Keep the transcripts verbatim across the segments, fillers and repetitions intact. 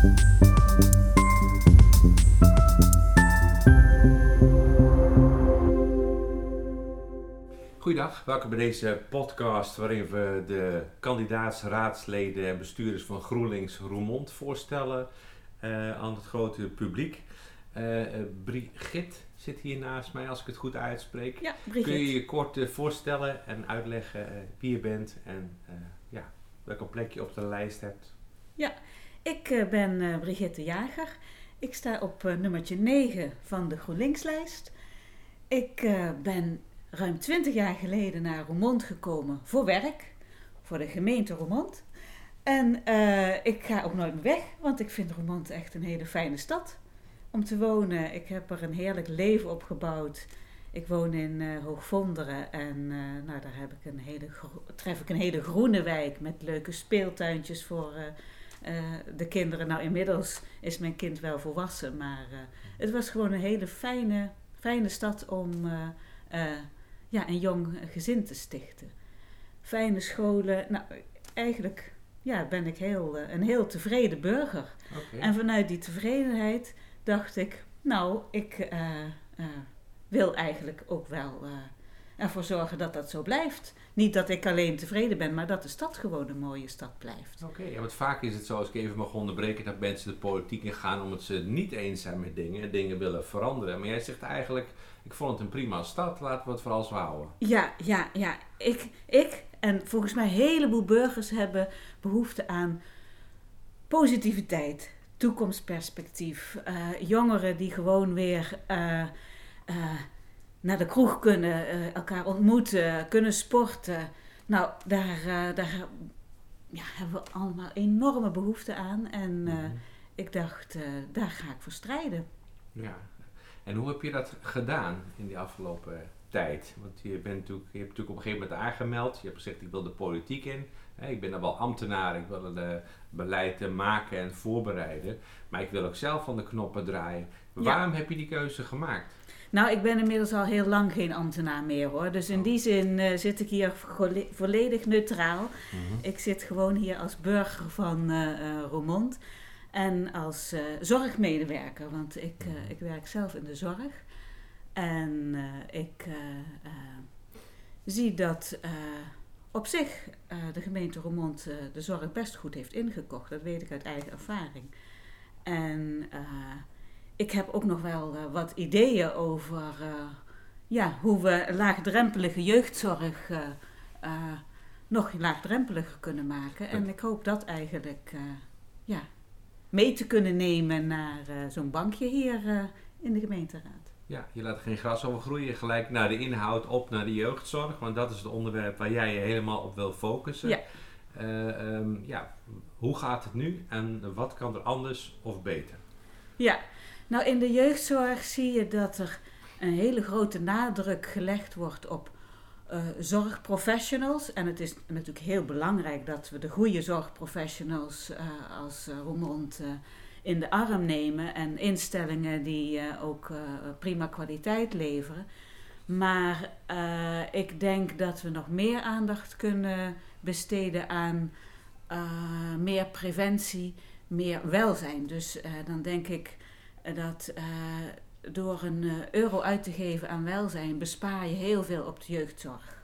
Goedendag, welkom bij deze podcast waarin we de kandidaats, raadsleden en bestuurders van GroenLinks Roermond voorstellen uh, aan het grote publiek. Uh, uh, Brigitte zit hier naast mij, als ik het goed uitspreek. Ja, Brigitte. Kun je je kort uh, voorstellen en uitleggen uh, wie je bent en uh, ja, welk plek je op de lijst hebt? Ja, ik uh, ben uh, Brigitte Jager. Ik sta op uh, nummertje negen van de GroenLinks-lijst. Ik uh, ben ruim twintig jaar geleden naar Roermond gekomen voor werk, voor de gemeente Roermond. En uh, ik ga ook nooit meer weg, want ik vind Roermond echt een hele fijne stad om te wonen. Ik heb er een heerlijk leven opgebouwd. Ik woon in uh, Hoogvonderen en uh, nou, daar heb ik een hele gro- tref ik een hele groene wijk met leuke speeltuintjes voor uh, uh, de kinderen. Nou, inmiddels is mijn kind wel volwassen, maar uh, het was gewoon een hele fijne, fijne stad om uh, uh, ja, een jong gezin te stichten. Fijne scholen. Nou, eigenlijk ja, ben ik heel, uh, een heel tevreden burger. Okay. En vanuit die tevredenheid dacht ik, nou, ik uh, uh, wil eigenlijk ook wel uh, ervoor zorgen dat dat zo blijft. Niet dat ik alleen tevreden ben, maar dat de stad gewoon een mooie stad blijft. Oké, okay, ja, want vaak is het zo, als ik even mag onderbreken, dat mensen de politiek ingaan omdat ze het niet eens zijn met dingen en dingen willen veranderen. Maar jij zegt eigenlijk, ik vond het een prima stad, laten we het vooral zo houden. Ja, ja, ja. Ik, ik en volgens mij een heleboel burgers hebben behoefte aan positiviteit, toekomstperspectief. Uh, jongeren die gewoon weer uh, uh, naar de kroeg kunnen, uh, elkaar ontmoeten, kunnen sporten. Nou, daar, uh, daar ja, hebben we allemaal enorme behoefte aan. En uh, mm-hmm. ik dacht, uh, daar ga ik voor strijden. Ja. En hoe heb je dat gedaan in die afgelopen tijd? Want je, bent natuurlijk, je hebt natuurlijk op een gegeven moment aangemeld. Je hebt gezegd, ik wil de politiek in. Ik ben dan wel ambtenaar, ik wil het beleid maken en voorbereiden. Maar ik wil ook zelf van de knoppen draaien. Ja. Waarom heb je die keuze gemaakt? Nou, ik ben inmiddels al heel lang geen ambtenaar meer hoor. Dus in die zin uh, zit ik hier vo- volledig neutraal. Mm-hmm. Ik zit gewoon hier als burger van uh, uh, Roermond. En als uh, zorgmedewerker, want ik, uh, ik werk zelf in de zorg. En uh, ik uh, uh, zie dat uh, op zich uh, de gemeente Roermond uh, de zorg best goed heeft ingekocht. Dat weet ik uit eigen ervaring. En uh, ik heb ook nog wel uh, wat ideeën over uh, ja, hoe we laagdrempelige jeugdzorg uh, uh, nog laagdrempeliger kunnen maken. En ik hoop dat eigenlijk uh, ja, mee te kunnen nemen naar uh, zo'n bankje hier uh, in de gemeenteraad. Ja, je laat geen gras overgroeien, gelijk naar de inhoud op naar de jeugdzorg, want dat is het onderwerp waar jij je helemaal op wil focussen. Ja. Uh, um, ja, hoe gaat het nu en wat kan er anders of beter? Ja, nou in de jeugdzorg zie je dat er een hele grote nadruk gelegd wordt op uh, zorgprofessionals. En het is natuurlijk heel belangrijk dat we de goede zorgprofessionals uh, als uh, Roermond uh, in de arm nemen en instellingen die uh, ook uh, prima kwaliteit leveren. Maar uh, ik denk dat we nog meer aandacht kunnen besteden aan uh, meer preventie, meer welzijn. Dus uh, dan denk ik dat uh, door een uh, euro uit te geven aan welzijn bespaar je heel veel op de jeugdzorg.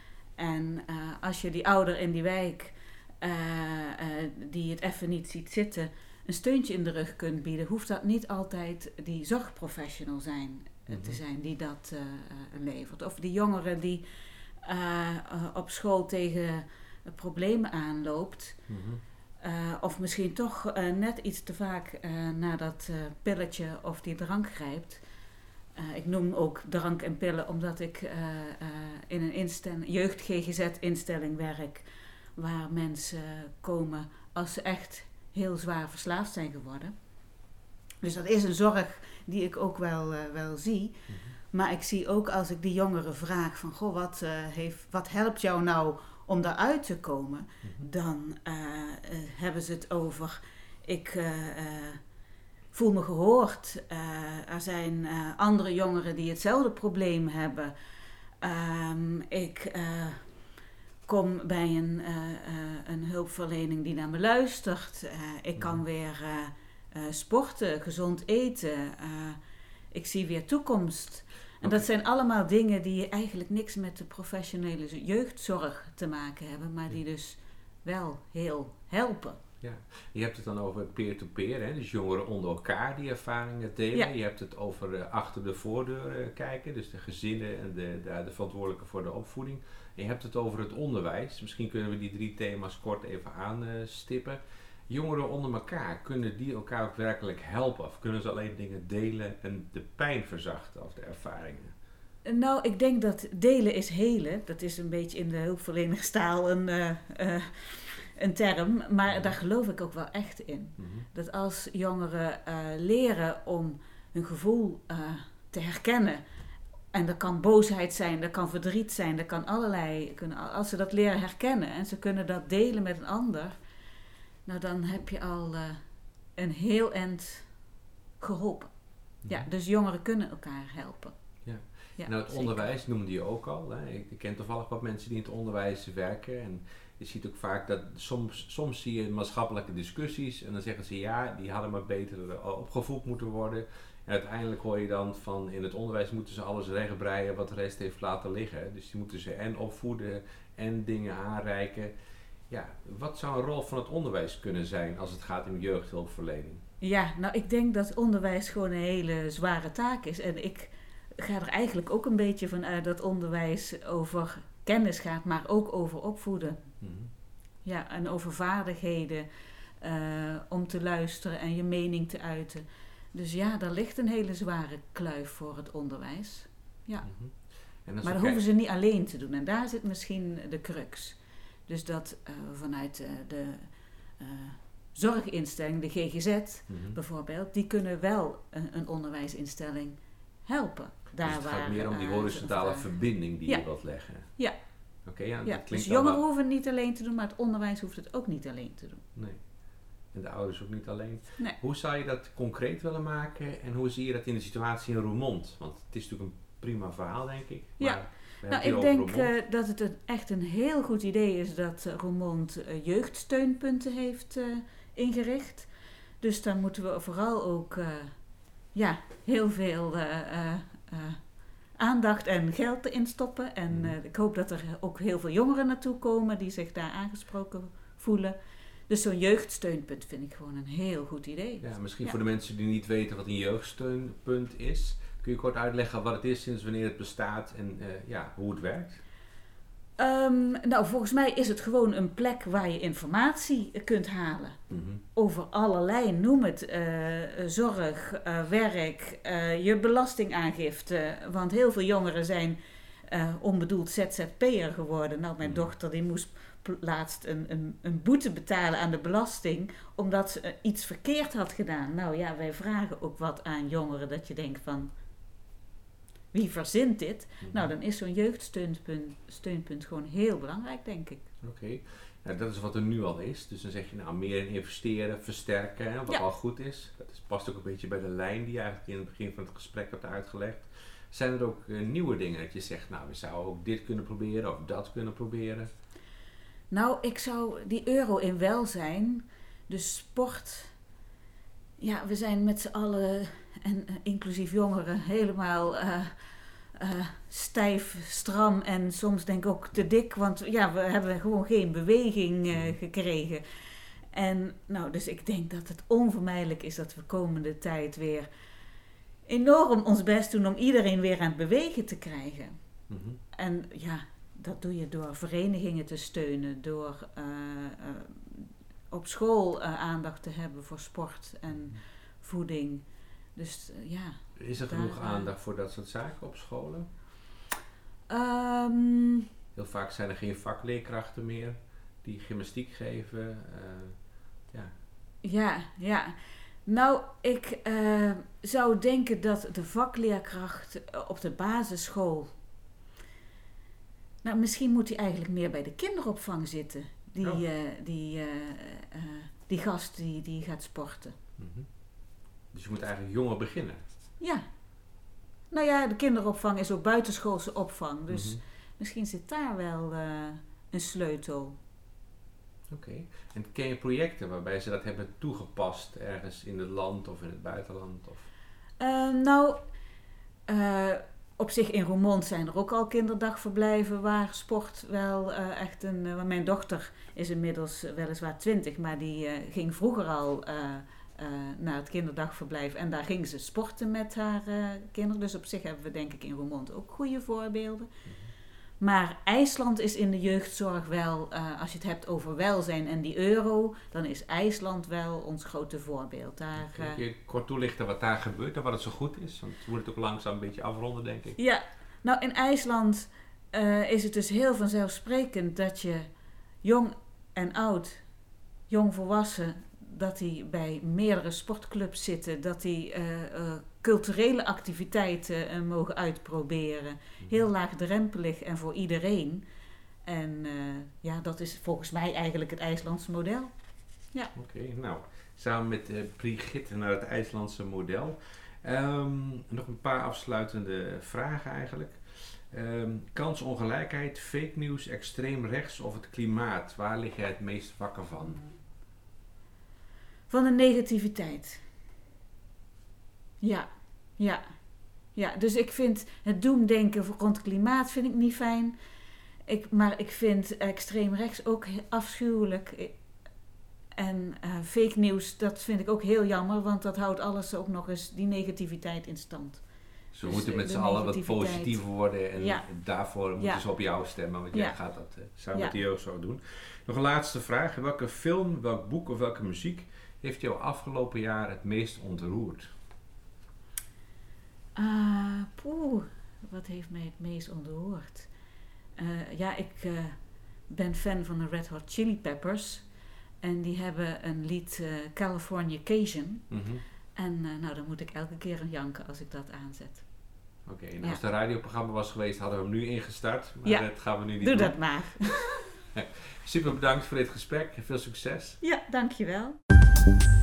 En uh, als je die ouder in die wijk uh, uh, die het even niet ziet zitten, een steuntje in de rug kunt bieden, hoeft dat niet altijd die zorgprofessional zijn, mm-hmm. te zijn die dat uh, uh, levert. Of die jongeren die uh, uh, op school tegen uh, problemen aanloopt. Mm-hmm. Uh, of misschien toch uh, net iets te vaak uh, naar dat uh, pilletje of die drank grijpt. Uh, ik noem ook drank en pillen omdat ik uh, uh, in een instelling, jeugd-G G Z-instelling werk, waar mensen komen als ze echt heel zwaar verslaafd zijn geworden. Dus dat is een zorg die ik ook wel, uh, wel zie. Mm-hmm. Maar ik zie ook als ik die jongeren vraag van, goh, wat, uh, heeft, wat helpt jou nou om daaruit te komen? Mm-hmm. Dan uh, uh, hebben ze het over, ik uh, uh, voel me gehoord. Uh, er zijn uh, andere jongeren die hetzelfde probleem hebben. Um, ik uh, kom bij een, uh, uh, een hulpverlening die naar me luistert. Uh, ik kan weer uh, uh, sporten, gezond eten. Uh, ik zie weer toekomst. En okay. Dat zijn allemaal dingen die eigenlijk niks met de professionele jeugdzorg te maken hebben, maar die dus wel heel helpen. Ja, je hebt het dan over peer-to-peer, hè? Dus jongeren onder elkaar die ervaringen delen. Ja. Je hebt het over uh, achter de voordeur uh, kijken, dus de gezinnen en de, de, de verantwoordelijken voor de opvoeding. En je hebt het over het onderwijs. Misschien kunnen we die drie thema's kort even aanstippen. Uh, jongeren onder elkaar, kunnen die elkaar ook werkelijk helpen? Of kunnen ze alleen dingen delen en de pijn verzachten of de ervaringen? Nou, ik denk dat delen is helen. Dat is een beetje in de hulpverlenerstaal een... Uh, uh, Een term, maar ja. Daar geloof ik ook wel echt in. Mm-hmm. Dat als jongeren uh, leren om hun gevoel uh, te herkennen, en dat kan boosheid zijn, dat kan verdriet zijn, dat kan allerlei, kunnen, als ze dat leren herkennen en ze kunnen dat delen met een ander, nou dan heb je al uh, een heel eind geholpen. Mm-hmm. Ja, dus jongeren kunnen elkaar helpen. Ja. Ja, nou, het zeker. Onderwijs noemde je ook al. Hè. Ik ken toevallig wat mensen die in het onderwijs werken. En je ziet ook vaak dat soms, soms zie je maatschappelijke discussies. En dan zeggen ze ja, die hadden maar beter opgevoed moeten worden. En uiteindelijk hoor je dan van in het onderwijs moeten ze alles rechtbreien wat de rest heeft laten liggen. Dus die moeten ze en opvoeden en dingen aanreiken. Ja, wat zou een rol van het onderwijs kunnen zijn als het gaat om jeugdhulpverlening? Ja, nou ik denk dat onderwijs gewoon een hele zware taak is. En ik ga er eigenlijk ook een beetje van uit dat onderwijs over kennis gaat, maar ook over opvoeden. Mm-hmm. Ja, en over vaardigheden uh, om te luisteren en je mening te uiten. Dus ja, daar ligt een hele zware kluif voor het onderwijs. Ja. Mm-hmm. En maar dat hoeven kijk... ze niet alleen te doen. En daar zit misschien de crux. Dus dat uh, vanuit uh, de uh, zorginstelling, de G G Z mm-hmm. bijvoorbeeld, die kunnen wel een, een onderwijsinstelling helpen. Daar dus het waar, gaat meer om die horizontale uh, verbinding die ja. je wilt leggen. Ja. Okay, ja, ja. dat dus jongeren allemaal... hoeven het niet alleen te doen, maar het onderwijs hoeft het ook niet alleen te doen. Nee. En de ouders ook niet alleen. Nee. Hoe zou je dat concreet willen maken en hoe zie je dat in de situatie in Roermond? Want het is natuurlijk een prima verhaal, denk ik. Ja. Nou, ik denk uh, dat het een, echt een heel goed idee is dat uh, Roermond uh, jeugdsteunpunten heeft uh, ingericht. Dus daar moeten we vooral ook uh, ja, heel veel uh, uh, uh, aandacht en geld in stoppen. En uh, ik hoop dat er ook heel veel jongeren naartoe komen die zich daar aangesproken voelen. Dus zo'n jeugdsteunpunt vind ik gewoon een heel goed idee. Ja, misschien ja. voor de mensen die niet weten wat een jeugdsteunpunt is. Kun je kort uitleggen wat het is, sinds wanneer het bestaat en uh, ja, hoe het werkt? Um, nou, volgens mij is het gewoon een plek waar je informatie kunt halen. Mm-hmm. Over allerlei, noem het, uh, zorg, uh, werk, uh, je belastingaangifte. Want heel veel jongeren zijn uh, onbedoeld Z Z P'er geworden. Nou, mijn mm-hmm. dochter die moest laatst een, een, een boete betalen aan de belasting omdat ze uh, iets verkeerd had gedaan. Nou ja, wij vragen ook wat aan jongeren dat je denkt van... Wie verzint dit? Mm-hmm. Nou, dan is zo'n jeugdsteunpunt steunpunt gewoon heel belangrijk, denk ik. Oké, okay. Nou, dat is wat er nu al is. Dus dan zeg je nou meer in investeren, versterken, hè, wat ja. al goed is. Dat is, past ook een beetje bij de lijn die je eigenlijk in het begin van het gesprek hebt uitgelegd. Zijn er ook uh, nieuwe dingen dat je zegt, nou, we zouden ook dit kunnen proberen of dat kunnen proberen? Nou, ik zou die euro in welzijn, dus sport... Ja, we zijn met z'n allen, en uh, inclusief jongeren, helemaal uh, uh, stijf, stram en soms denk ik ook te dik. Want ja, we hebben gewoon geen beweging uh, gekregen. En nou, dus ik denk dat het onvermijdelijk is dat we komende tijd weer enorm ons best doen om iedereen weer aan het bewegen te krijgen. Mm-hmm. En ja, dat doe je door verenigingen te steunen, door... Uh, uh, op school uh, aandacht te hebben voor sport en voeding. Dus uh, ja. Is er daar, genoeg aandacht voor dat soort zaken op scholen? Um, Heel vaak zijn er geen vakleerkrachten meer die gymnastiek geven. Uh, ja. ja, ja. Nou, ik uh, zou denken dat de vakleerkracht op de basisschool... Nou, misschien moet hij eigenlijk meer bij de kinderopvang zitten. Die, oh. uh, die, uh, uh, die gast die, die gaat sporten. Mm-hmm. Dus je moet eigenlijk jonger beginnen? Ja. Nou ja, de kinderopvang is ook buitenschoolse opvang. Dus mm-hmm. misschien zit daar wel uh, een sleutel. Oké. Okay. En ken je projecten waarbij ze dat hebben toegepast ergens in het land of in het buitenland? Of? Uh, nou, uh, op zich in Roermond zijn er ook al kinderdagverblijven waar sport wel uh, echt een... Uh, mijn dochter is inmiddels weliswaar twintig, maar die uh, ging vroeger al uh, uh, naar het kinderdagverblijf en daar ging ze sporten met haar uh, kinderen. Dus op zich hebben we denk ik in Roermond ook goede voorbeelden. Mm-hmm. Maar IJsland is in de jeugdzorg wel, uh, als je het hebt over welzijn en die euro, dan is IJsland wel ons grote voorbeeld. Daar, uh, Kun je kort toelichten wat daar gebeurt en wat het zo goed is? Want we moeten het ook langzaam een beetje afronden, denk ik. Ja, nou in IJsland uh, is het dus heel vanzelfsprekend dat je jong en oud, jong volwassen, dat die bij meerdere sportclubs zitten, dat die uh, uh, culturele activiteiten uh, mogen uitproberen. Heel laagdrempelig en voor iedereen. En uh, ja, dat is volgens mij eigenlijk het IJslandse model. Ja. Oké, okay, nou, samen met uh, Brigitte naar het IJslandse model. Um, nog een paar afsluitende vragen eigenlijk. Um, kansongelijkheid, fake news, extreem rechts of het klimaat. Waar lig jij het meest wakker van? Van de negativiteit. Ja, ja. Ja, dus ik vind het doemdenken rond het klimaat vind ik niet fijn. Ik, maar ik vind extreem rechts ook afschuwelijk. En uh, fake news, dat vind ik ook heel jammer, want dat houdt alles ook nog eens die negativiteit in stand. Dus we moeten met z'n allen wat positiever worden en ja. daarvoor moeten ja. ze op jou stemmen, want jij ja. gaat dat uh, samen ja. met die ook zo doen. Nog een laatste vraag. Welke film, welk boek of welke muziek heeft jou afgelopen jaar het meest ontroerd? Uh, poeh, wat heeft mij het meest ontroerd? Uh, ja, ik uh, ben fan van de Red Hot Chili Peppers. En die hebben een lied uh, Californication. Mm-hmm. En uh, nou, dan moet ik elke keer aan janken als ik dat aanzet. Oké, okay, en ja. als het een radioprogramma was geweest, hadden we hem nu ingestart. Maar ja. dat gaan we nu niet Doe doen. Doe dat maar. Super bedankt voor dit gesprek. Veel succes. Ja, dankjewel.